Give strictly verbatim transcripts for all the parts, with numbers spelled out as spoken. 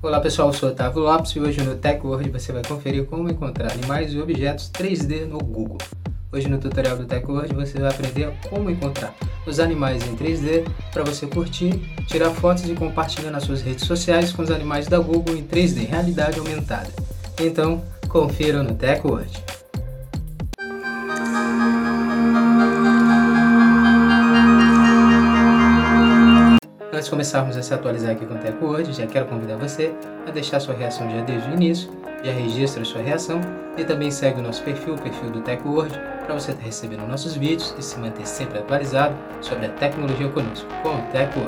Olá pessoal, eu sou Otávio Lopes e hoje no TechWord você vai conferir como encontrar animais e objetos três D no Google. Hoje no tutorial do TechWord você vai aprender como encontrar os animais em três D para você curtir, tirar fotos e compartilhar nas suas redes sociais com os animais da Google em três D, realidade aumentada. Então, confira no TechWord. Antes de começarmos a se atualizar aqui com o TechWord, já quero convidar você a deixar sua reação já desde o início, já registra sua reação e também segue o nosso perfil, o perfil do TechWord, para você estar recebendo nossos vídeos e se manter sempre atualizado sobre a tecnologia conosco, com o TechWord.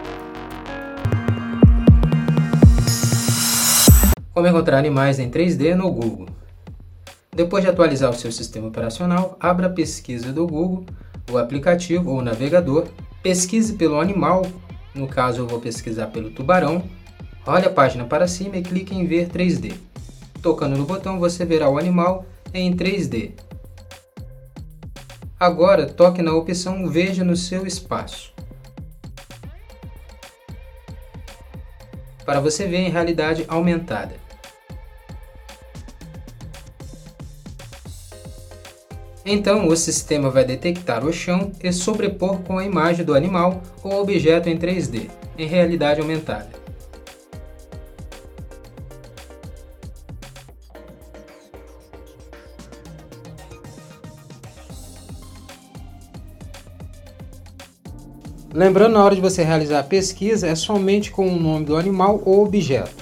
Como encontrar animais em três D no Google? Depois de atualizar o seu sistema operacional, abra a pesquisa do Google, o aplicativo ou o navegador, pesquise pelo animal. No caso eu vou pesquisar pelo tubarão, role a página para cima e clique em ver três D. Tocando no botão você verá o animal em três D. Agora toque na opção Veja no seu espaço, para você ver em realidade aumentada. Então o sistema vai detectar o chão e sobrepor com a imagem do animal ou objeto em três D, em realidade aumentada. Lembrando, na hora de você realizar a pesquisa, é somente com o nome do animal ou objeto.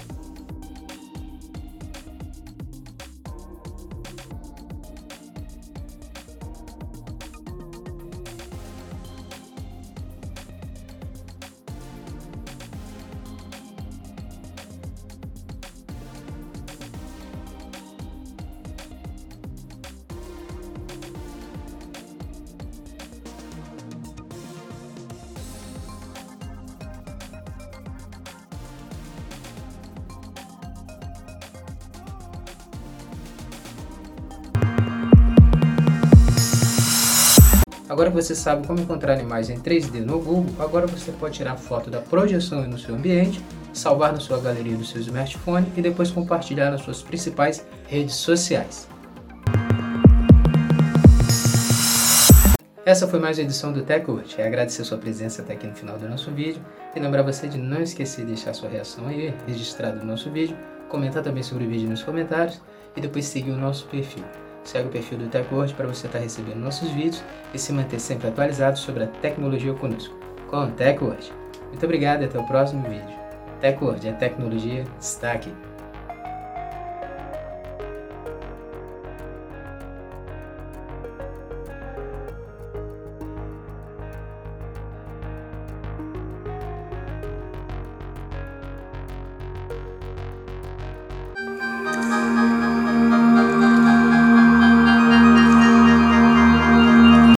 Agora que você sabe como encontrar animais em três D no Google, agora você pode tirar foto da projeção no seu ambiente, salvar na sua galeria do seu smartphone e depois compartilhar nas suas principais redes sociais. Essa foi mais uma edição do TechWord. É agradecer a sua presença até aqui no final do nosso vídeo e lembrar você de não esquecer de deixar sua reação aí registrada no nosso vídeo, comentar também sobre o vídeo nos comentários e depois seguir o nosso perfil. Segue o perfil do TechWord para você estar recebendo nossos vídeos e se manter sempre atualizado sobre a tecnologia conosco, com o TechWord. Muito obrigado e até o próximo vídeo. TechWord, a tecnologia está aqui.